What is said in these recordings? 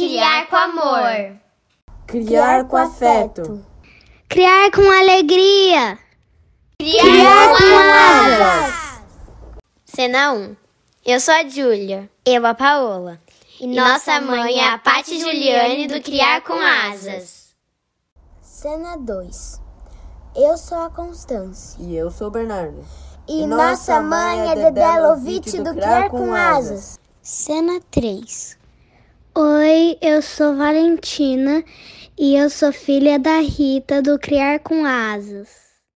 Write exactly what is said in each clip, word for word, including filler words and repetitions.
criar com amor. Criar com afeto. Criar com alegria. Criar, Criar com com asas. Cena um. Eu sou a Júlia. Eu a Paola. E nossa mãe é a Paty Juliane do Criar com Asas. Cena dois. Eu sou a Constância. E eu sou o Bernardo. E, e nossa mãe é Dedé Lovitch do Criar com Asas. Cena três. Oi, eu sou Valentina e eu sou filha da Rita do Criar com Asas.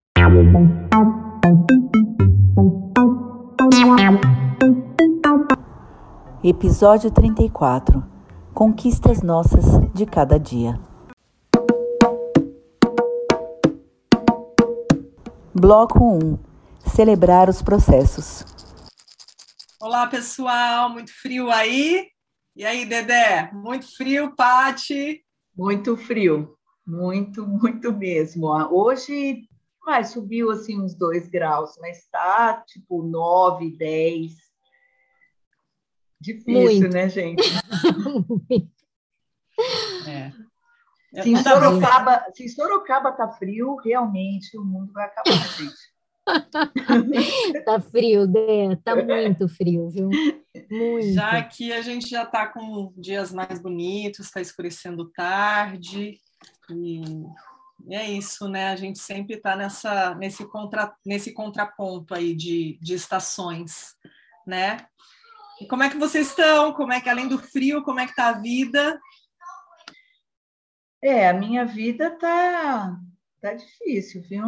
Episódio trinta e quatro. Conquistas nossas de cada dia. Bloco um. Celebrar os processos. Olá, pessoal. Muito frio aí? E aí, Dedé? Muito frio, Paty? Muito frio. Muito, muito mesmo. Hoje vai, subiu assim uns dois graus, mas está tipo nove, dez. Difícil, muito. Né, gente? É. Se, em Sorocaba, se em Sorocaba tá frio, realmente o mundo vai acabar, gente. Tá frio, Dé, tá muito frio, viu? Muito. Já que a gente já tá com dias mais bonitos, tá escurecendo tarde, e, e é isso, né? A gente sempre tá nessa, nesse, contra, nesse contraponto aí de, de estações, né? E como é que vocês estão? Como é que, além do frio, como é que tá a vida? É, a minha vida tá, tá difícil, viu?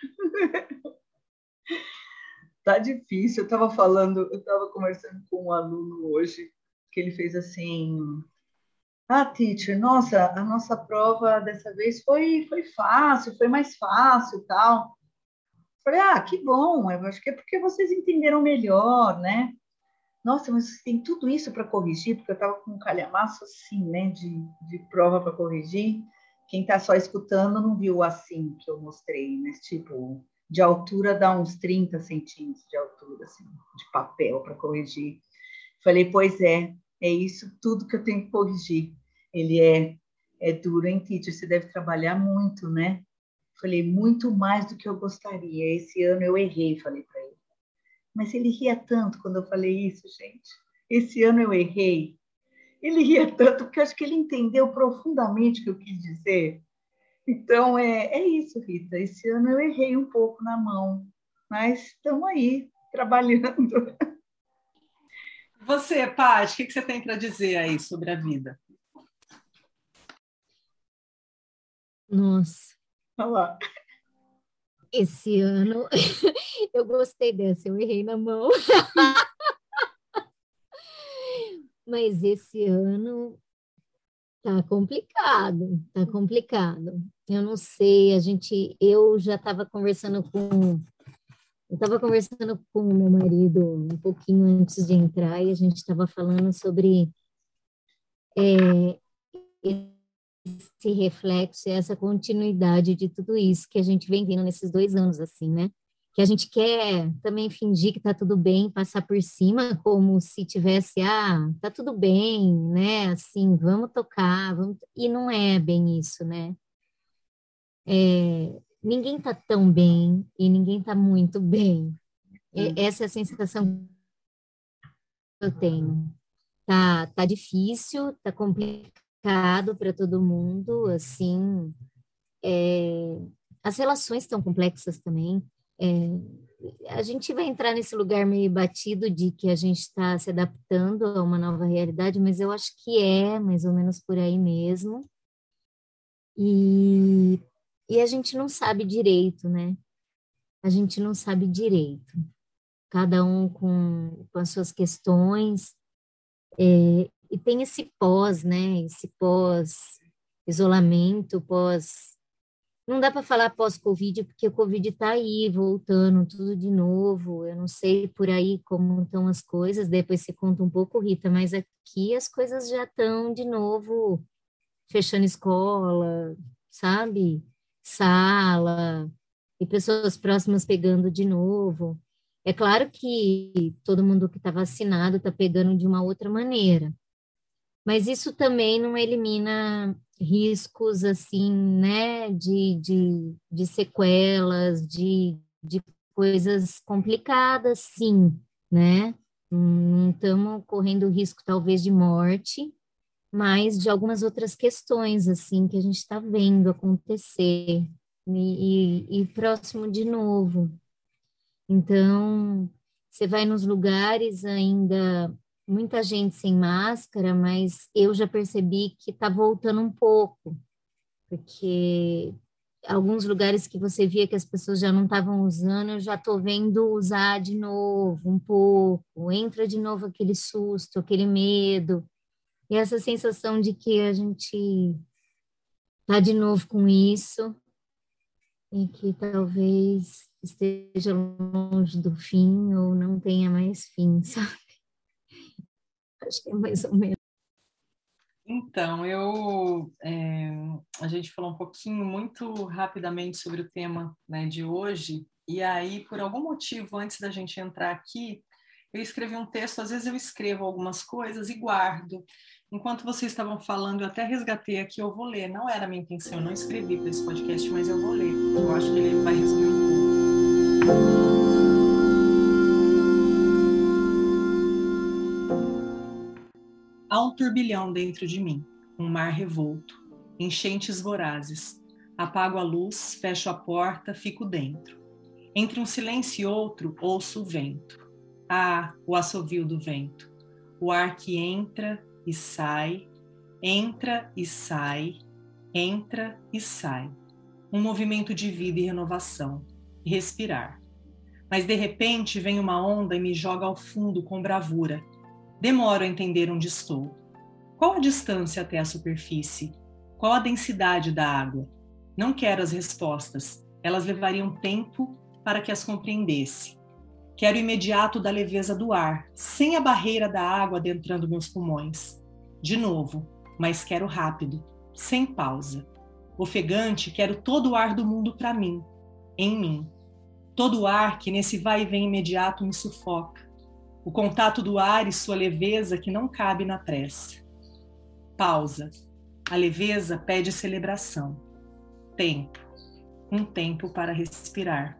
Tá difícil. Eu estava falando, eu estava conversando com um aluno hoje, que ele fez assim: ah, teacher, nossa, a nossa prova dessa vez foi, foi fácil, foi mais fácil, tal. Falei, ah, que bom, eu acho que é porque vocês entenderam melhor, né? Nossa, mas tem tudo isso para corrigir, porque eu estava com um calhamaço assim, né, de, de prova para corrigir. Quem está só escutando não viu assim que eu mostrei, mas tipo, de altura dá uns trinta centímetros de altura, assim, de papel para corrigir. Falei, pois é, é isso tudo que eu tenho que corrigir. Ele é, é duro, hein, teacher? Você deve trabalhar muito, né? Falei, muito mais do que eu gostaria. Esse ano eu errei, falei para ele. Mas ele ria tanto quando eu falei isso, gente. Esse ano eu errei. Ele ria tanto porque eu acho que ele entendeu profundamente o que eu quis dizer. Então, é, é isso, Rita. Esse ano eu errei um pouco na mão, mas estamos aí, trabalhando. Você, Paty, o que, que você tem para dizer aí sobre a vida? Nossa. Olha lá. Esse ano, eu gostei dessa, eu errei na mão. Mas esse ano tá complicado, tá complicado. Eu não sei, a gente, eu já estava conversando com, eu estava conversando com o meu marido um pouquinho antes de entrar e a gente estava falando sobre é, esse reflexo, essa continuidade de tudo isso que a gente vem vendo nesses dois anos, assim, né? Que a gente quer também fingir que tá tudo bem, passar por cima como se tivesse, ah, tá tudo bem, né? Assim, vamos tocar, vamos... e não é bem isso, né? É, ninguém tá tão bem e ninguém tá muito bem. É, essa é a sensação que eu tenho. Tá, tá difícil, tá complicado para todo mundo, assim, é, as relações estão complexas também. É, a gente vai entrar nesse lugar meio batido de que a gente está se adaptando a uma nova realidade, mas eu acho que é mais ou menos por aí mesmo. E, e a gente não sabe direito, né? A gente não sabe direito. Cada um com, com as suas questões. É, e tem esse pós, né? Esse pós-isolamento, pós... Não dá para falar pós-Covid, porque o Covid está aí, voltando, tudo de novo. Eu não sei por aí como estão as coisas, depois você conta um pouco, Rita, mas aqui as coisas já estão de novo fechando escola, sabe? Sala, e pessoas próximas pegando de novo. É claro que todo mundo que está vacinado está pegando de uma outra maneira, Mas isso também não elimina riscos, assim, né, de, de, de sequelas, de, de coisas complicadas, sim, né? Não estamos correndo risco, talvez, de morte, mas de algumas outras questões, assim, que a gente está vendo acontecer, e, e, e próximo de novo. Então, você vai nos lugares ainda, muita gente sem máscara, mas eu já percebi que está voltando um pouco, porque alguns lugares que você via que as pessoas já não estavam usando, eu já estou vendo usar de novo, um pouco, entra de novo aquele susto, aquele medo, e essa sensação de que a gente está de novo com isso, e que talvez esteja longe do fim ou não tenha mais fim, sabe? Acho que é mais ou menos. Então, eu, é, a gente falou um pouquinho, muito rapidamente sobre o tema, né, de hoje, e aí, por algum motivo, antes da gente entrar aqui, eu escrevi um texto, às vezes eu escrevo algumas coisas e guardo. Enquanto vocês estavam falando, eu até resgatei aqui, eu vou ler. Não era a minha intenção, eu não escrevi para esse podcast, mas eu vou ler. Eu acho que ele vai resumir um pouco. Há um turbilhão dentro de mim, um mar revolto, enchentes vorazes. Apago a luz, fecho a porta, fico dentro. Entre um silêncio e outro, ouço o vento. Ah, o assovio do vento. O ar que entra e sai, entra e sai, entra e sai. Um movimento de vida e renovação. E respirar. Mas de repente vem uma onda e me joga ao fundo com bravura. Demoro a entender onde estou. Qual a distância até a superfície? Qual a densidade da água? Não quero as respostas. Elas levariam tempo para que as compreendesse. Quero o imediato da leveza do ar, sem a barreira da água adentrando meus pulmões. De novo, mas quero rápido, sem pausa. Ofegante, quero todo o ar do mundo para mim, em mim. Todo o ar que nesse vai e vem imediato me sufoca. O contato do ar e sua leveza que não cabe na pressa. Pausa. A leveza pede celebração. Tempo. Um tempo para respirar.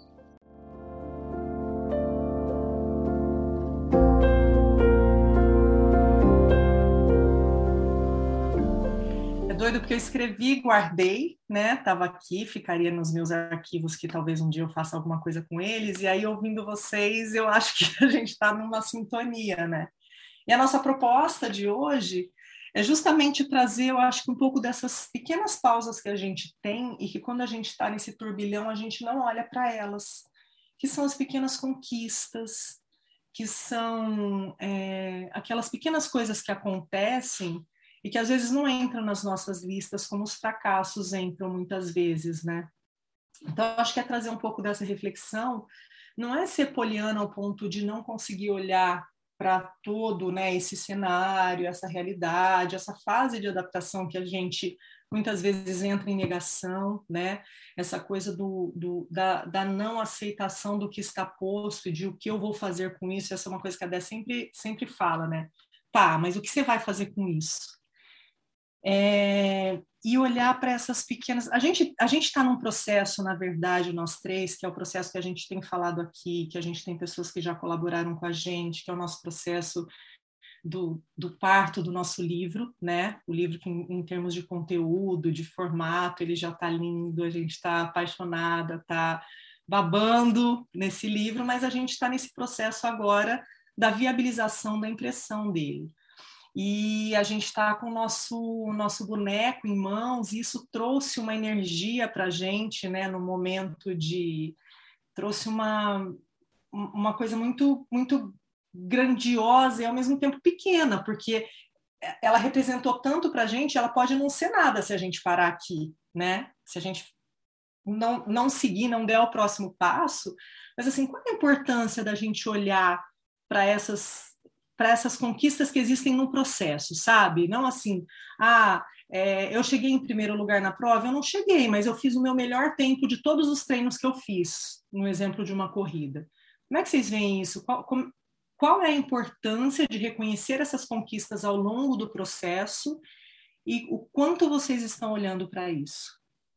É doido porque eu escrevi, guardei, né? Tava aqui, ficaria nos meus arquivos que talvez um dia eu faça alguma coisa com eles, e aí ouvindo vocês, eu acho que a gente está numa sintonia, né? E a nossa proposta de hoje é justamente trazer, eu acho que um pouco dessas pequenas pausas que a gente tem e que quando a gente está nesse turbilhão, a gente não olha para elas, que são as pequenas conquistas, que são é, aquelas pequenas coisas que acontecem e que às vezes não entram nas nossas listas, como os fracassos entram muitas vezes, né? Então, eu acho que é trazer um pouco dessa reflexão, não é ser poliana ao ponto de não conseguir olhar para todo, né, esse cenário, essa realidade, essa fase de adaptação que a gente muitas vezes entra em negação, né? Essa coisa do, do, da, da não aceitação do que está posto e de o que eu vou fazer com isso. Essa é uma coisa que a Dé sempre, sempre fala, né? Tá, mas o que você vai fazer com isso? É, e olhar para essas pequenas... A gente a gente está num processo, na verdade, nós três, que é o processo que a gente tem falado aqui, que a gente tem pessoas que já colaboraram com a gente, que é o nosso processo do, do parto do nosso livro, né? O livro que, em, em termos de conteúdo, de formato, ele já está lindo, a gente está apaixonada, está babando nesse livro, mas a gente está nesse processo agora da viabilização da impressão dele. E a gente está com o nosso, nosso boneco em mãos, e isso trouxe uma energia para a gente, né, no momento de... trouxe uma, uma coisa muito, muito grandiosa e ao mesmo tempo pequena, porque ela representou tanto para a gente, ela pode não ser nada se a gente parar aqui, né? Se a gente não, não seguir, não der o próximo passo, mas assim, qual é a importância da gente olhar para essas... para essas conquistas que existem no processo, sabe? Não assim, ah, é, eu cheguei em primeiro lugar na prova, eu não cheguei, mas eu fiz o meu melhor tempo de todos os treinos que eu fiz, no exemplo de uma corrida. Como é que vocês veem isso? Qual, como, qual é a importância de reconhecer essas conquistas ao longo do processo e o quanto vocês estão olhando para isso?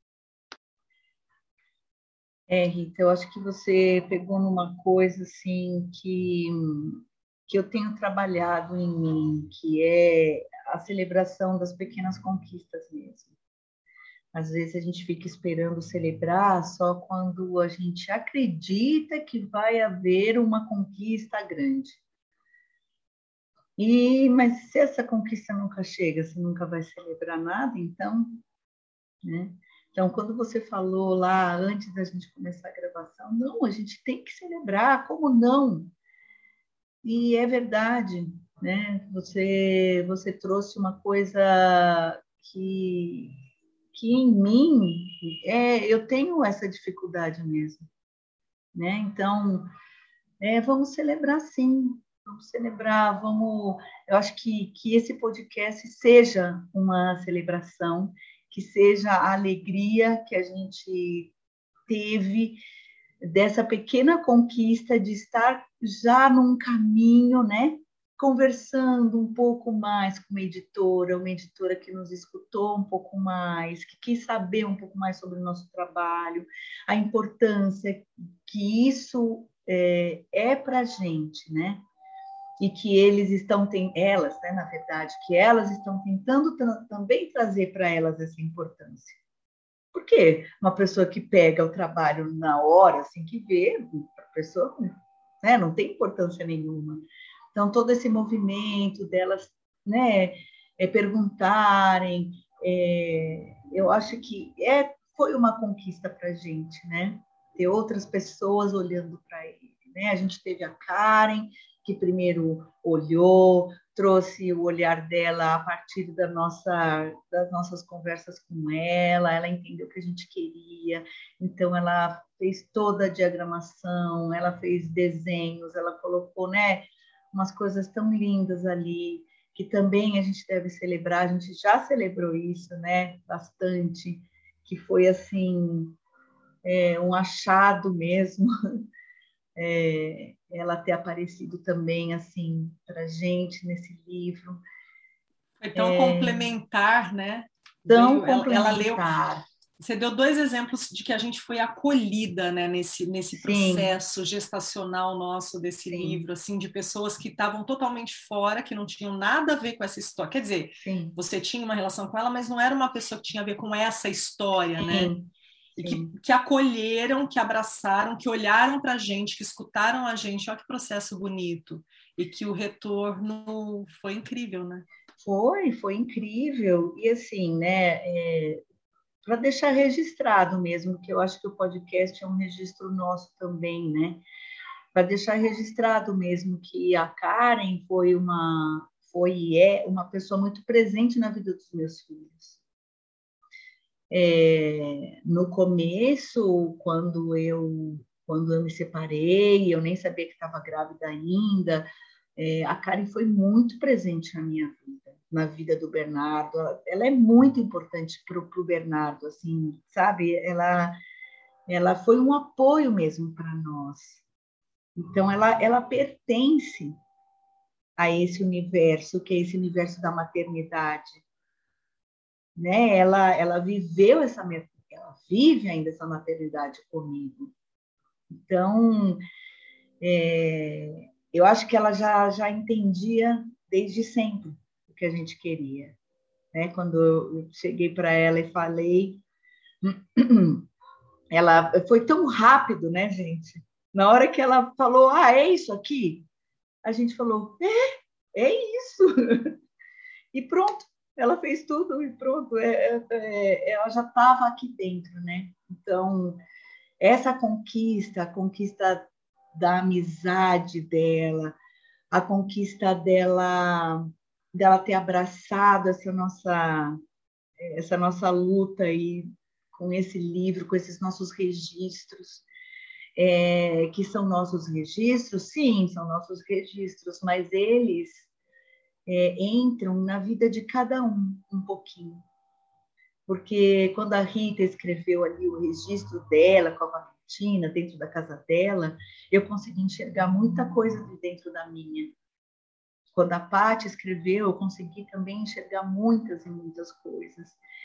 É, Rita, eu acho que você pegou numa coisa assim que, que eu tenho trabalhado em mim, que é a celebração das pequenas conquistas mesmo. Às vezes a gente fica esperando celebrar só quando a gente acredita que vai haver uma conquista grande. E, mas se essa conquista nunca chega, você nunca vai celebrar nada, então, né? Então, quando você falou lá, antes da gente começar a gravação, não, a gente tem que celebrar, como não? E é verdade, né? Você, você trouxe uma coisa que, que em mim, é, eu tenho essa dificuldade mesmo, né? Então, é, vamos celebrar sim, vamos celebrar, vamos... Eu acho que, que esse podcast seja uma celebração, que seja a alegria que a gente teve dessa pequena conquista de estar já num caminho, né? Conversando um pouco mais com uma editora, uma editora que nos escutou um pouco mais, que quis saber um pouco mais sobre o nosso trabalho, a importância que isso é, é para a gente, né? E que eles estão, elas, né, na verdade, que elas estão tentando tra- também trazer para elas essa importância. Porque uma pessoa que pega o trabalho na hora, assim que vê, a pessoa, né, não tem importância nenhuma. Então, todo esse movimento delas, né, é, perguntarem, é, eu acho que é, foi uma conquista para a gente, né? Ter outras pessoas olhando para ele, né? A gente teve a Karen, que primeiro olhou, trouxe o olhar dela a partir da nossa, das nossas conversas com ela, ela entendeu o que a gente queria, então ela fez toda a diagramação, ela fez desenhos, ela colocou, né, umas coisas tão lindas ali, que também a gente deve celebrar, a gente já celebrou isso, né, bastante, que foi, assim, é, um achado mesmo, É, ela ter aparecido também assim para gente nesse livro. Foi tão é, complementar, né? Tão Veio, complementar. Ela, ela leu. Você deu dois exemplos de que a gente foi acolhida, né, nesse, nesse processo gestacional nosso desse Sim. livro, assim, de pessoas que estavam totalmente fora, que não tinham nada a ver com essa história. Quer dizer, Sim. você tinha uma relação com ela, mas não era uma pessoa que tinha a ver com essa história, Sim. né? E que, que acolheram, que abraçaram, que olharam para a gente, que escutaram a gente. Olha que processo bonito. E que o retorno foi incrível, né? Foi, foi incrível. E assim, né, é, para deixar registrado mesmo, que eu acho que o podcast é um registro nosso também, né? Para deixar registrado mesmo que a Karen foi uma, foi e é uma pessoa muito presente na vida dos meus filhos. É, no começo, quando eu, quando eu me separei, eu nem sabia que estava grávida ainda, é, a Karen foi muito presente na minha vida, na vida do Bernardo. Ela, ela é muito importante para o Bernardo, assim, sabe? Ela, ela foi um apoio mesmo para nós. Então, ela, ela pertence a esse universo, que é esse universo da maternidade. Né? Ela, ela viveu essa, ela vive ainda essa maternidade comigo. Então, é, eu acho que ela já, já entendia desde sempre o que a gente queria. Né? Quando eu cheguei para ela e falei, ela foi tão rápido, né, gente? Na hora que ela falou, ah, é isso aqui? A gente falou, é, é isso. E pronto. Ela fez tudo e pronto, é, é, ela já estava aqui dentro, né? Então, essa conquista, a conquista da amizade dela, a conquista dela, dela ter abraçado essa nossa, essa nossa luta aí, com esse livro, com esses nossos registros, é, que são nossos registros, sim, são nossos registros, mas eles... É, entram na vida de cada um, um pouquinho. Porque quando a Rita escreveu ali o registro dela com a Cristina, dentro da casa dela, eu consegui enxergar muita coisa de dentro da minha. Quando a Paty escreveu, eu consegui também enxergar muitas e muitas coisas.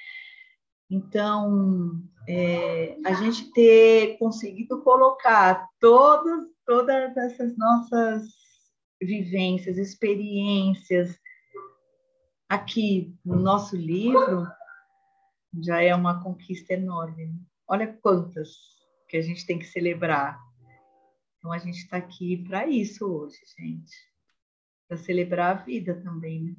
Então, é, a gente ter conseguido colocar todas, todas essas nossas vivências, experiências aqui no nosso livro, já é uma conquista enorme. Olha quantas que a gente tem que celebrar. Então, a gente está aqui para isso hoje, gente. Para celebrar a vida também, né?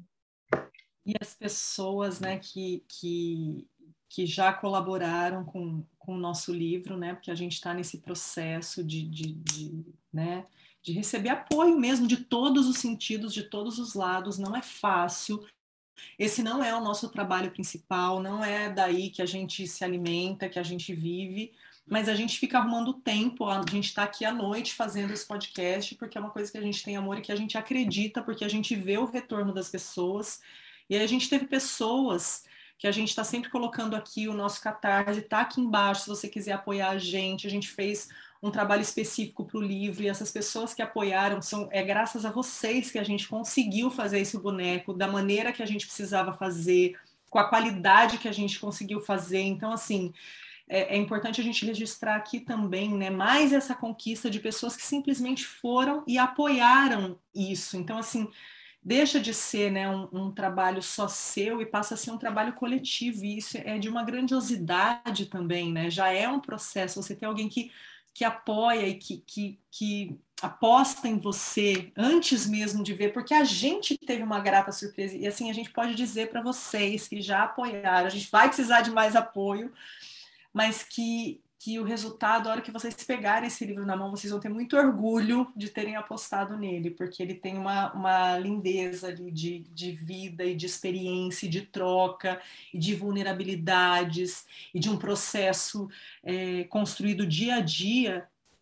E as pessoas, né, que, que, que já colaboraram com, com o nosso livro, né, porque a gente está nesse processo de, de, de, né, de receber apoio mesmo de todos os sentidos, de todos os lados, não é fácil. Esse não é o nosso trabalho principal, não é daí que a gente se alimenta, que a gente vive, mas a gente fica arrumando tempo, a gente está aqui à noite fazendo esse podcast, porque é uma coisa que a gente tem amor e que a gente acredita, porque a gente vê o retorno das pessoas. E aí a gente teve pessoas que a gente está sempre colocando aqui, o nosso Catarse está aqui embaixo, se você quiser apoiar a gente. A gente fez um trabalho específico para o livro, e essas pessoas que apoiaram, são, é graças a vocês que a gente conseguiu fazer esse boneco da maneira que a gente precisava fazer, com a qualidade que a gente conseguiu fazer. Então, assim, é, é importante a gente registrar aqui também, né, mais essa conquista de pessoas que simplesmente foram e apoiaram isso. Então, assim, deixa de ser, né, um, um trabalho só seu e passa a ser um trabalho coletivo, e isso é de uma grandiosidade também, né? Já é um processo, você tem alguém que, que apoia e que, que, que aposta em você antes mesmo de ver, porque a gente teve uma grata surpresa, e assim, a gente pode dizer para vocês que já apoiaram, a gente vai precisar de mais apoio, mas que, que o resultado, a hora que vocês pegarem esse livro na mão, vocês vão ter muito orgulho de terem apostado nele, porque ele tem uma, uma lindeza ali de, de vida e de experiência, e de troca, e de vulnerabilidades, e de um processo é, construído dia a dia.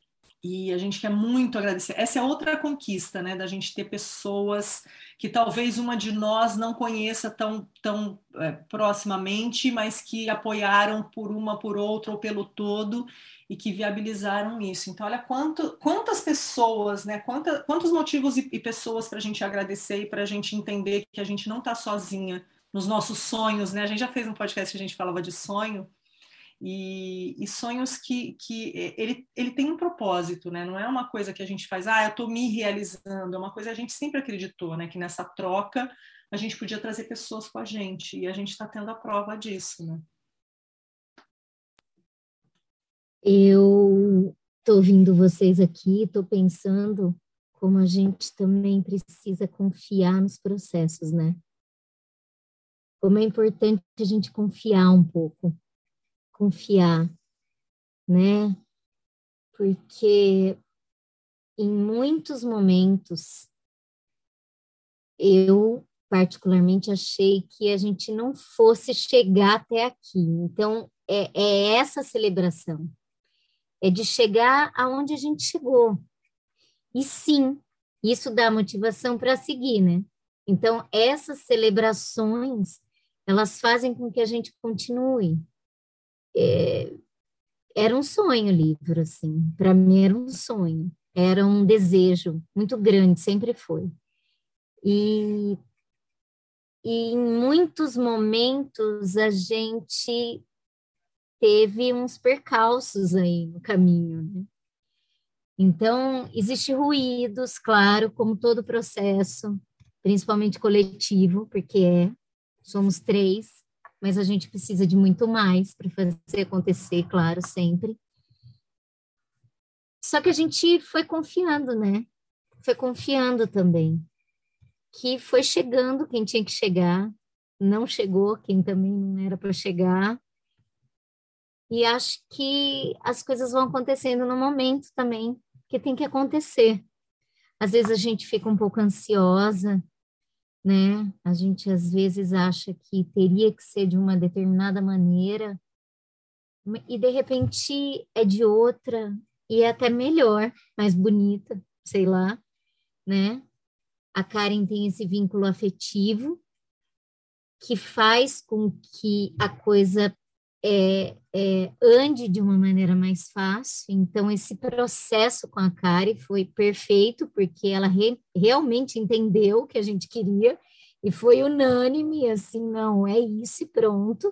E a gente quer muito agradecer. Essa é outra conquista, né? Da gente ter pessoas que talvez uma de nós não conheça tão, tão é, proximamente, mas que apoiaram por uma, por outra, ou pelo todo, e que viabilizaram isso. Então, olha quanto, quantas pessoas, né? Quanta, quantos motivos e, e pessoas para a gente agradecer e para a gente entender que a gente não está sozinha nos nossos sonhos, né? A gente já fez um podcast que a gente falava de sonho, E, e sonhos que, que ele, ele tem um propósito, né? Não é uma coisa que a gente faz, ah, eu estou me realizando, é uma coisa que a gente sempre acreditou, né? Que nessa troca a gente podia trazer pessoas com a gente, e a gente está tendo a prova disso, né? Eu estou ouvindo vocês aqui, estou pensando como a gente também precisa confiar nos processos, né? Como é importante a gente confiar um pouco. Confiar, né? Porque em muitos momentos eu particularmente achei que a gente não fosse chegar até aqui. Então é, é essa celebração, é de chegar aonde a gente chegou. E sim, isso dá motivação para seguir, né? Então essas celebrações, elas fazem com que a gente continue. É, era um sonho o livro, assim, para mim era um sonho, era um desejo muito grande, sempre foi. E, e em muitos momentos a gente teve uns percalços aí no caminho, né? Então, existem ruídos, claro, como todo processo, principalmente coletivo, porque é, somos três, mas a gente precisa de muito mais para fazer acontecer, claro, sempre. Só que a gente foi confiando, né? Foi confiando também, que foi chegando quem tinha que chegar, não chegou quem também não era para chegar, e acho que as coisas vão acontecendo no momento também, que tem que acontecer. Às vezes a gente fica um pouco ansiosa, né? A gente às vezes acha que teria que ser de uma determinada maneira e de repente é de outra e é até melhor, mais bonita, sei lá, né? A Karen tem esse vínculo afetivo que faz com que a coisa é, é, ande de uma maneira mais fácil. Então, esse processo com a Kari foi perfeito, porque ela re, realmente entendeu o que a gente queria, e foi unânime, assim, não, é isso e pronto.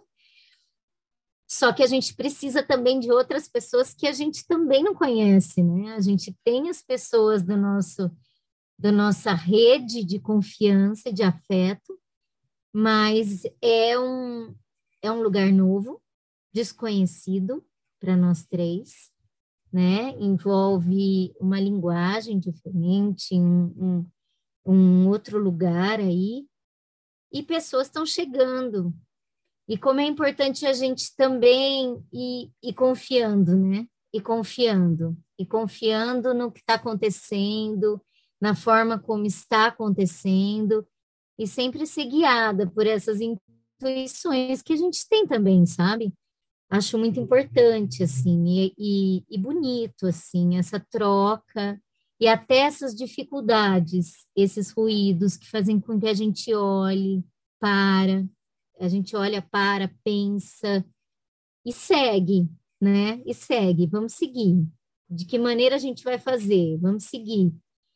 Só que a gente precisa também de outras pessoas que a gente também não conhece, né? A gente tem as pessoas do nosso, da nossa rede de confiança, de afeto, mas é um, é um lugar novo, desconhecido para nós três, né? Envolve uma linguagem diferente, um, um, um outro lugar aí, e pessoas estão chegando. E como é importante a gente também ir, ir confiando, né? E confiando, e confiando no que está acontecendo, na forma como está acontecendo, e sempre ser guiada por essas intuições que a gente tem também, sabe? Acho muito importante, assim, e, e, e bonito, assim, essa troca, e até essas dificuldades, esses ruídos que fazem com que a gente olhe, para, a gente olha, para, pensa, e segue, né? E segue, vamos seguir. De que maneira a gente vai fazer? Vamos seguir.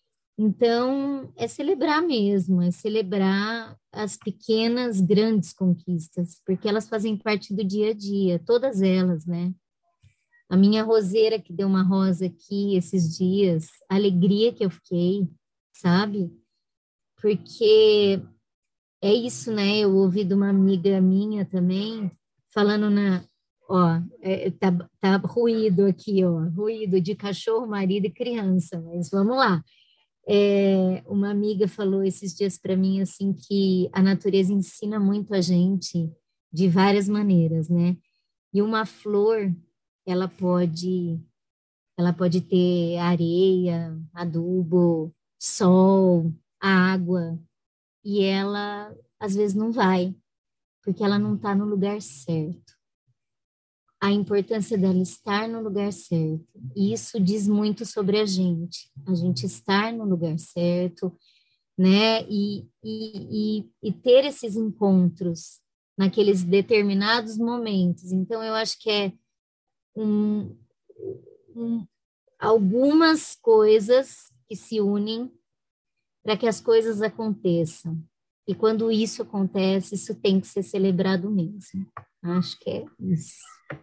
Então, é celebrar mesmo, é celebrar as pequenas, grandes conquistas, porque elas fazem parte do dia a dia, todas elas, né? A minha roseira que deu uma rosa aqui esses dias, a alegria que eu fiquei, sabe? Porque é isso, né? Eu ouvi de uma amiga minha também, falando na... Ó, é, tá, tá ruído aqui, ó, ruído de cachorro, marido e criança, mas vamos lá. É, uma amiga falou esses dias para mim assim que a natureza ensina muito a gente de várias maneiras, né? E uma flor, ela pode, ela pode ter areia, adubo, sol, água, e ela às vezes não vai, porque ela não está no lugar certo. A importância dela estar no lugar certo. E isso diz muito sobre a gente. A gente estar no lugar certo, né? E, e, e, e ter esses encontros naqueles determinados momentos. Então, eu acho que é um, um, algumas coisas que se unem para que as coisas aconteçam. E quando isso acontece, isso tem que ser celebrado mesmo. Acho que é isso.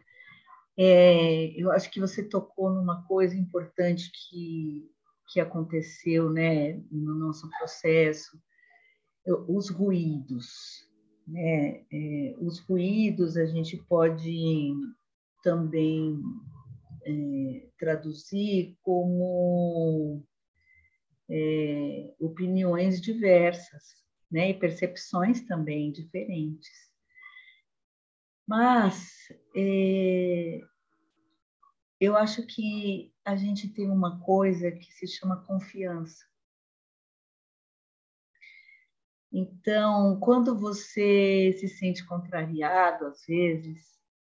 É, eu acho que você tocou numa coisa importante que, que aconteceu, né, no nosso processo, os ruídos, né? É, os ruídos a gente pode também é, traduzir como é, opiniões diversas, né, e percepções também diferentes. Mas é, eu acho que a gente tem uma coisa que se chama confiança. Então, quando você se sente contrariado, às vezes,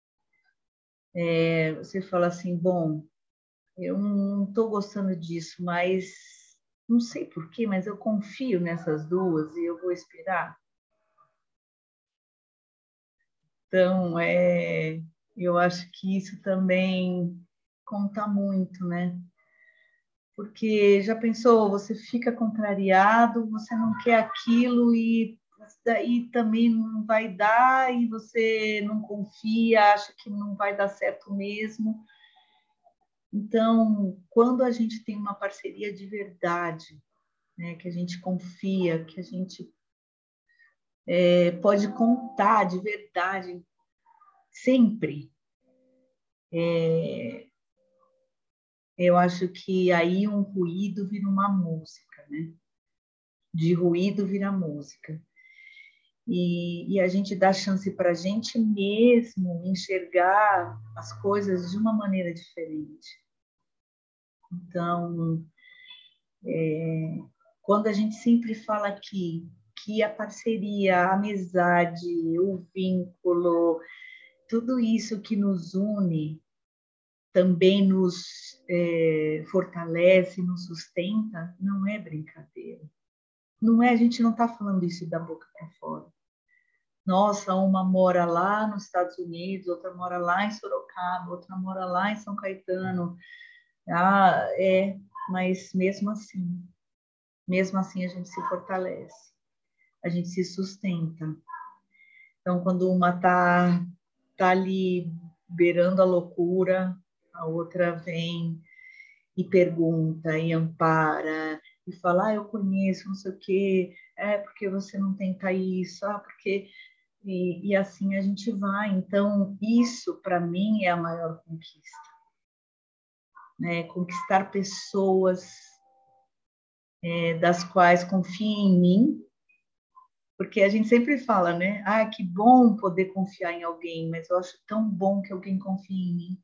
é, você fala assim, bom, eu não estou gostando disso, mas não sei porquê, mas eu confio nessas duas e eu vou esperar. Então, é, eu acho que isso também conta muito, né? Porque já pensou, você fica contrariado, você não quer aquilo e daí também não vai dar e você não confia, acha que não vai dar certo mesmo. Então, quando a gente tem uma parceria de verdade, né, que a gente confia, que a gente é, pode contar de verdade, sempre, é, eu acho que aí um ruído vira uma música, né? De ruído vira música. E, e a gente dá chance para a gente mesmo enxergar as coisas de uma maneira diferente. Então, é, quando a gente sempre fala aqui que a parceria, a amizade, o vínculo, tudo isso que nos une também nos é, fortalece, nos sustenta, não é brincadeira. Não é, a gente não está falando isso da boca para fora. Nossa, uma mora lá nos Estados Unidos, outra mora lá em Sorocaba, outra mora lá em São Caetano. Ah, é, mas mesmo assim, mesmo assim a gente se fortalece, a gente se sustenta. Então, quando uma tá, tá ali beirando a loucura, a outra vem e pergunta, e ampara, e fala, ah, eu conheço, não sei o quê, é porque você não tenta isso, ah, porque... E, e assim a gente vai. Então, isso, para mim, é a maior conquista. Né? Conquistar pessoas é, das quais confiem em mim, porque a gente sempre fala, né? Ah, que bom poder confiar em alguém, mas eu acho tão bom que alguém confie em mim.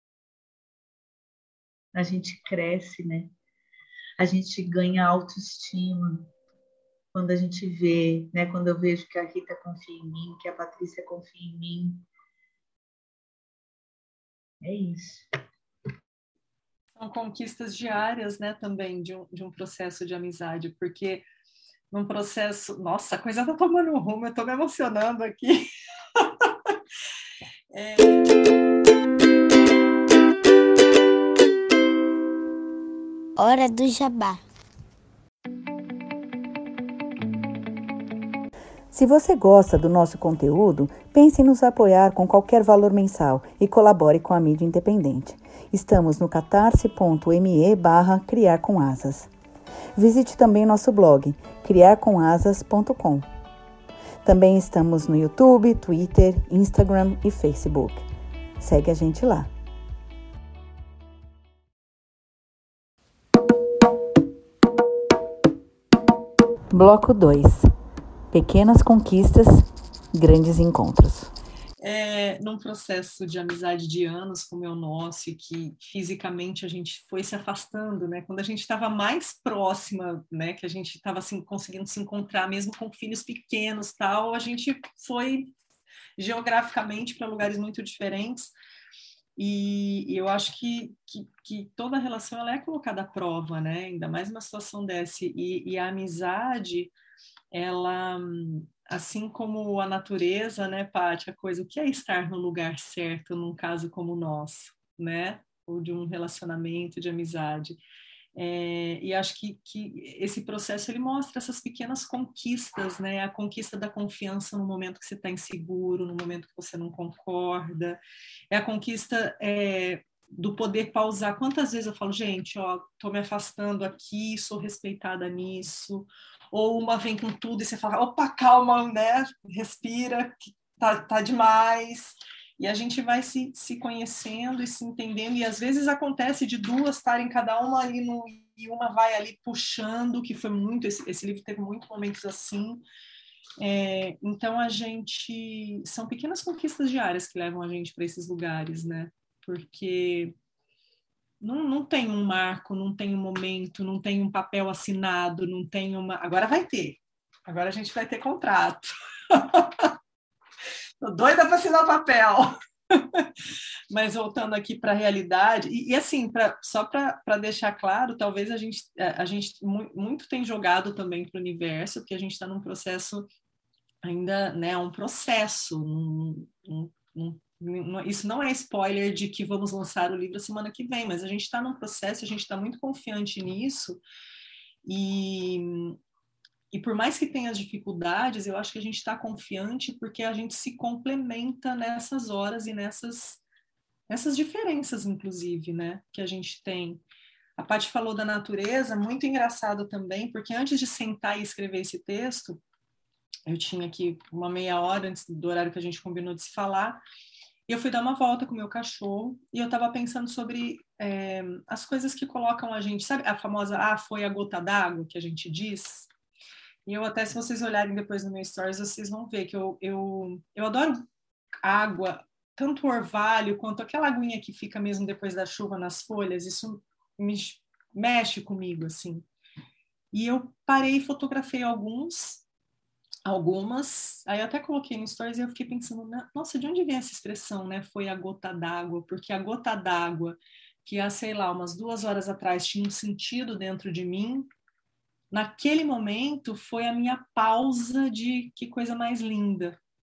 A gente cresce, né? A gente ganha autoestima quando a gente vê, né? Quando eu vejo que a Rita confia em mim, que a Patrícia confia em mim. É isso. São conquistas diárias, né, também, de um, de um processo de amizade, porque num processo... Nossa, a coisa tá tomando rumo, eu tô me emocionando aqui. é... Hora do Jabá. Se você gosta do nosso conteúdo, pense em nos apoiar com qualquer valor mensal e colabore com a mídia independente. Estamos no catarse.me barra criar com asas. Visite também nosso blog, criar com asas ponto com. Também estamos no YouTube, Twitter, Instagram e Facebook. Segue a gente lá. Bloco dois. Pequenas conquistas, grandes encontros. É, num processo de amizade de anos como é o nosso, e que fisicamente a gente foi se afastando, né? Quando a gente estava mais próxima, né? Que a gente estava assim, conseguindo se encontrar, mesmo com filhos pequenos, tal, a gente foi geograficamente para lugares muito diferentes. E, e eu acho que, que, que toda relação ela é colocada à prova, né? Ainda mais numa situação dessa. E, e a amizade, ela, assim como a natureza, né, Paty, a coisa, o que é estar no lugar certo num caso como o nosso, né? Ou de um relacionamento de amizade. É, e acho que, que esse processo ele mostra essas pequenas conquistas, né? A conquista da confiança no momento que você está inseguro, no momento que você não concorda, é a conquista é, do poder pausar. Quantas vezes eu falo, gente, ó, tô me afastando aqui, sou respeitada nisso, ou uma vem com tudo e você fala, opa, calma, né? Respira, que tá, tá demais. E a gente vai se, se conhecendo e se entendendo, e às vezes acontece de duas estarem cada uma ali no, e uma vai ali puxando, que foi muito, esse, esse livro teve muitos momentos assim. É, então a gente, são pequenas conquistas diárias que levam a gente para esses lugares, né? Porque não, não tem um marco, não tem um momento, não tem um papel assinado, não tem uma... Agora vai ter, agora a gente vai ter contrato. Tô doida para assinar o papel. Mas voltando aqui para a realidade, e, e assim, pra, só para deixar claro, talvez a gente, a gente muito tem jogado também para o universo, porque a gente está num processo ainda, né, um processo, um, um, um, um, isso não é spoiler de que vamos lançar o livro semana que vem, mas a gente está num processo, a gente está muito confiante nisso, e... E por mais que tenha as dificuldades, eu acho que a gente está confiante porque a gente se complementa nessas horas e nessas, nessas diferenças, inclusive, né, que a gente tem. A Paty falou da natureza, muito engraçado também, porque antes de sentar e escrever esse texto, eu tinha aqui uma meia hora antes do horário que a gente combinou de se falar, e eu fui dar uma volta com o meu cachorro, e eu estava pensando sobre é, as coisas que colocam a gente, sabe a famosa, ah, foi a gota d'água que a gente diz? E eu até, se vocês olharem depois no meu stories, vocês vão ver que eu, eu, eu adoro água, tanto o orvalho quanto aquela aguinha que fica mesmo depois da chuva nas folhas, isso me mexe comigo, assim. E eu parei e fotografei alguns, algumas, aí eu até coloquei no stories e eu fiquei pensando, nossa, de onde vem essa expressão, né? Foi a gota d'água, porque a gota d'água que há, sei lá, umas duas horas atrás tinha um sentido dentro de mim, naquele momento foi a minha pausa de que coisa mais linda,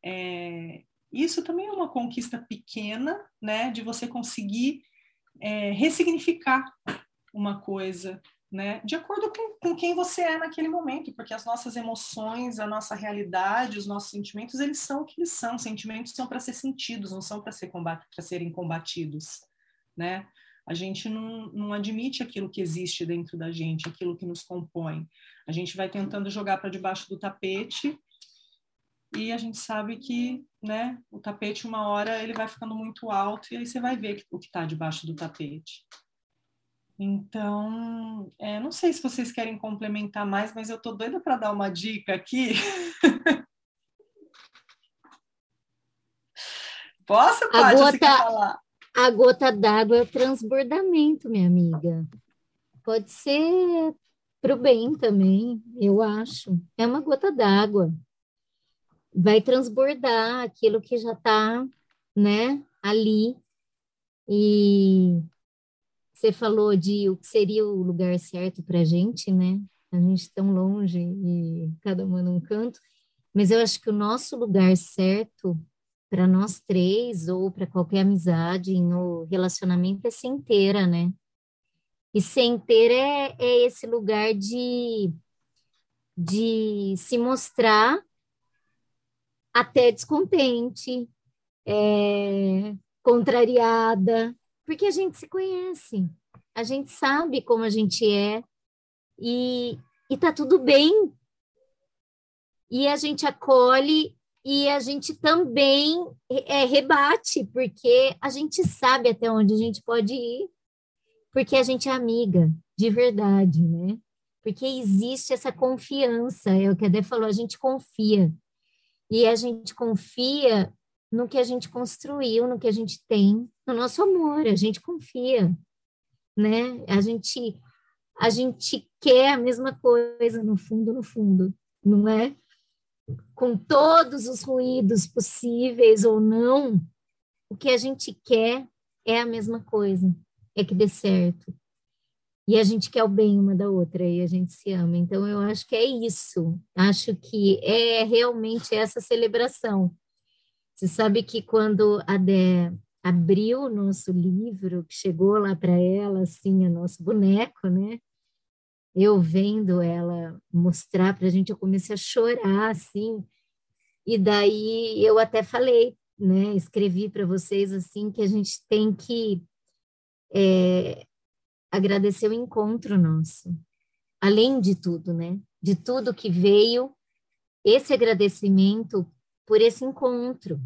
é, isso também é uma conquista pequena, né, de você conseguir é, ressignificar uma coisa, né, de acordo com, com quem você é naquele momento, porque as nossas emoções, a nossa realidade, os nossos sentimentos, eles são o que eles são. Sentimentos são para ser sentidos, não são para ser combat, para serem combatidos, né? A gente não, não admite aquilo que existe dentro da gente, aquilo que nos compõe. A gente vai tentando jogar para debaixo do tapete e a gente sabe que, né, o tapete, uma hora, ele vai ficando muito alto e aí você vai ver o que está debaixo do tapete. Então, é, não sei se vocês querem complementar mais, mas eu estou doida para dar uma dica aqui. Posso, Paty? Você quer falar? A gota d'água é o transbordamento, minha amiga. Pode ser para o bem também, eu acho. É uma gota d'água. Vai transbordar aquilo que já está, né, ali. E você falou de o que seria o lugar certo para a gente, né? A gente tão longe e cada uma num canto. Mas eu acho que o nosso lugar certo para nós três, ou para qualquer amizade ou relacionamento, é ser inteira, né? E ser inteira é, é esse lugar de, de se mostrar até descontente, é, contrariada, porque a gente se conhece, a gente sabe como a gente é, e, e tá tudo bem. E a gente acolhe e a gente também é, rebate, porque a gente sabe até onde a gente pode ir, porque a gente é amiga, de verdade, né? Porque existe essa confiança, é o que a Dé falou, a gente confia. E a gente confia no que a gente construiu, no que a gente tem, no nosso amor, a gente confia, né? A gente, a gente quer a mesma coisa, no fundo, no fundo, não é? Com todos os ruídos possíveis ou não, o que a gente quer é a mesma coisa, é que dê certo. E a gente quer o bem uma da outra e a gente se ama. Então, eu acho que é isso. Acho que é realmente essa celebração. Você sabe que quando a Dé abriu o nosso livro, que chegou lá para ela, assim, o nosso boneco, né? Eu vendo ela mostrar para a gente, eu comecei a chorar, assim. E daí eu até falei, né? Escrevi para vocês, assim, que a gente tem que é, agradecer o encontro nosso. Além de tudo, né? De tudo que veio, esse agradecimento por esse encontro.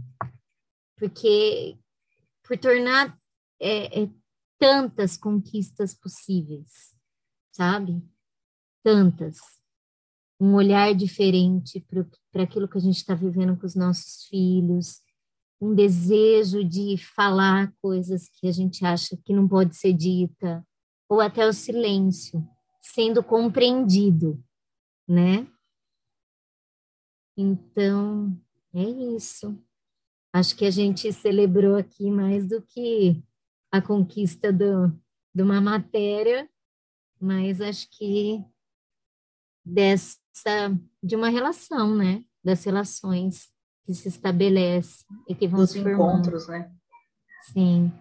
Porque por tornar é, é, tantas conquistas possíveis, sabe? Tantas. Um olhar diferente para aquilo que a gente está vivendo com os nossos filhos, um desejo de falar coisas que a gente acha que não pode ser dita, ou até o silêncio, sendo compreendido, né? Então, é isso. Acho que a gente celebrou aqui mais do que a conquista do, de uma matéria, mas acho que dessa, de uma relação, né? Das relações que se estabelecem e que vão Dos se formando. encontros, né? Sim.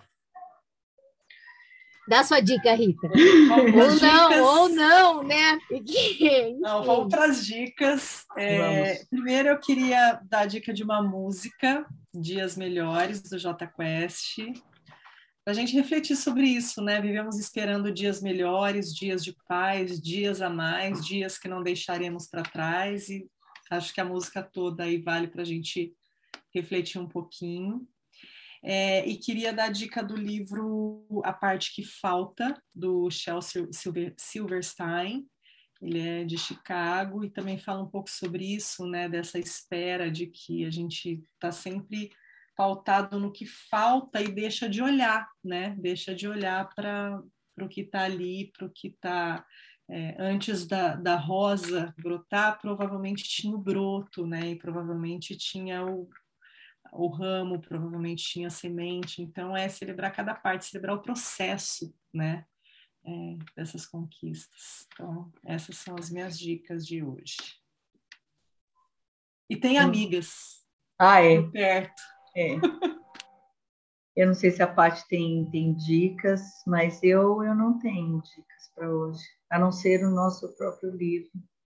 Dá sua dica, Rita. Ou não, ou não, né? Porque, não, vamos para as dicas. É, primeiro, eu queria dar a dica de uma música, Dias Melhores, do Jota Quest, para a gente refletir sobre isso, né? Vivemos esperando dias melhores, dias de paz, dias a mais, dias que não deixaremos para trás, e acho que a música toda aí vale para a gente refletir um pouquinho. É, e queria dar a dica do livro A Parte que Falta, do Shel Silver, Silverstein. Ele é de Chicago e também fala um pouco sobre isso, né, dessa espera de que a gente está sempre pautado no que falta e deixa de olhar, né, deixa de olhar para o que está ali, para o que está... É, antes da, da rosa brotar, provavelmente tinha o broto, né, e provavelmente tinha o o ramo, provavelmente tinha semente. Então é celebrar cada parte, celebrar o processo, né, é, dessas conquistas. Então essas são as minhas dicas de hoje. E tem amigas, Ah, é. Perto. É. Eu não sei se a Paty tem, tem dicas, mas eu, eu não tenho dicas para hoje, a não ser o nosso próprio livro.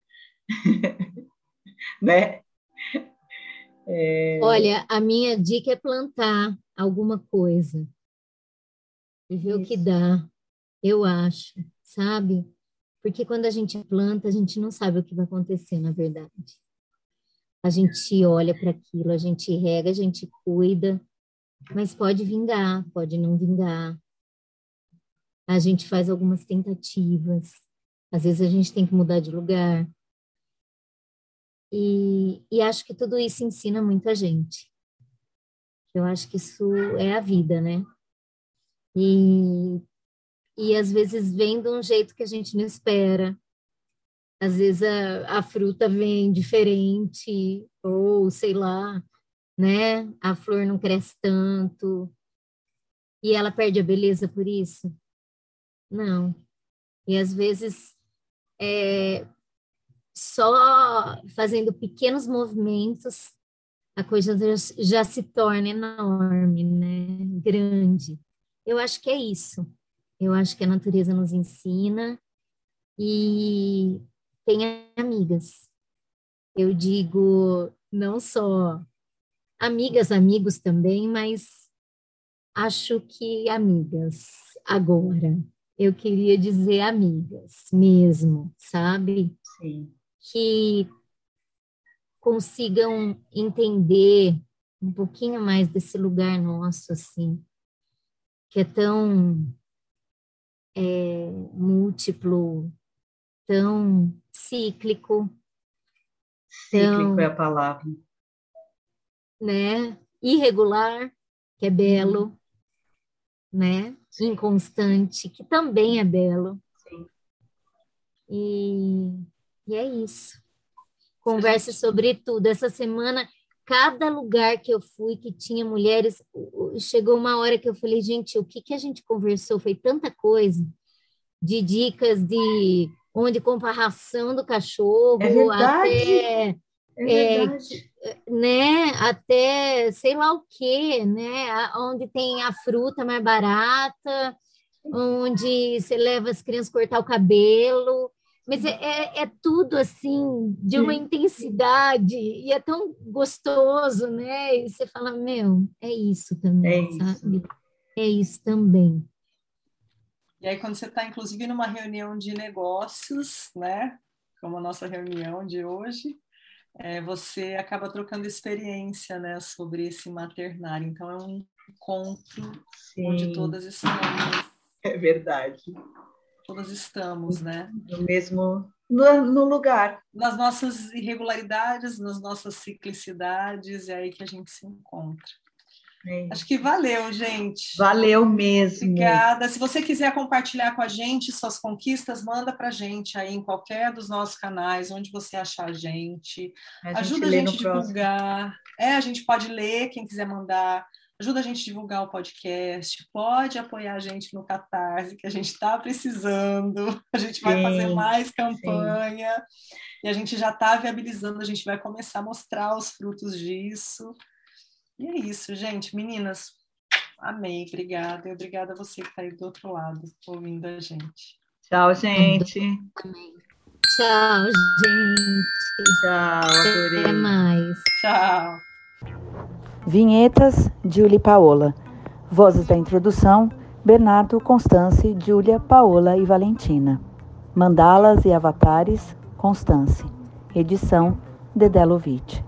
Né? É... Olha, a minha dica é plantar alguma coisa e ver Isso. o que dá, eu acho, sabe? Porque quando a gente planta, a gente não sabe o que vai acontecer, na verdade. A gente olha para aquilo, a gente rega, a gente cuida, mas pode vingar, pode não vingar. A gente faz algumas tentativas, às vezes a gente tem que mudar de lugar. E, e acho que tudo isso ensina muita gente. Eu acho que isso é a vida, né? E, e às vezes vem de um jeito que a gente não espera. Às vezes a, a fruta vem diferente, ou sei lá, né? A flor não cresce tanto. E ela perde a beleza por isso? Não. E às vezes... É, só fazendo pequenos movimentos, a coisa já, já se torna enorme, né? Grande. Eu acho que é isso. Eu acho que a natureza nos ensina e tem amigas. Eu digo não só amigas, amigos também, mas acho que amigas agora. Eu queria dizer amigas mesmo, sabe? Sim. Que consigam entender um pouquinho mais desse lugar nosso, assim, que é tão é, múltiplo, tão cíclico. Cíclico tão, é a palavra. Né? Irregular, que é belo, hum. né? Inconstante, que também é belo. Sim. E... E é isso. Converse sobre tudo. Essa semana, cada lugar que eu fui que tinha mulheres, chegou uma hora que eu falei, gente, o que, que a gente conversou? Foi tanta coisa, de dicas de onde compra a ração do cachorro, é verdade. até, é verdade. É, né, até sei lá o quê, né, onde tem a fruta mais barata, onde você leva as crianças cortar o cabelo. Mas é, é, é tudo, assim, de uma intensidade, e é tão gostoso, né? E você fala, meu, é isso também, é sabe? Isso. É isso também. E aí, quando você está, inclusive, numa reunião de negócios, né? Como a nossa reunião de hoje, é, você acaba trocando experiência, né? Sobre esse maternário. Então, é um encontro Sim. onde todas estamos. É verdade. Todas estamos, né? No mesmo no, no lugar. Nas nossas irregularidades, nas nossas ciclicidades, é aí que a gente se encontra. É. Acho que valeu, gente. Valeu mesmo. Obrigada. Se você quiser compartilhar com a gente suas conquistas, manda pra gente aí em qualquer dos nossos canais, onde você achar a gente. A gente Ajuda a gente a divulgar. Próximo. É, a gente pode ler, quem quiser mandar. Ajuda a gente a divulgar o podcast, pode apoiar a gente no Catarse, que a gente está precisando, a gente vai sim, fazer mais campanha, sim. E a gente já está viabilizando, a gente vai começar a mostrar os frutos disso. E é isso, gente. Meninas, amei, obrigada. E obrigada a você que está aí do outro lado, ouvindo a gente. Tchau, gente. Amém. Tchau, gente. Tchau, adorei. Até mais. Tchau. Vinhetas, Julie e Paola. Vozes da introdução, Bernardo, Constance, Júlia, Paola e Valentina. Mandalas e avatares, Constance. Edição, Dedé Lovitch.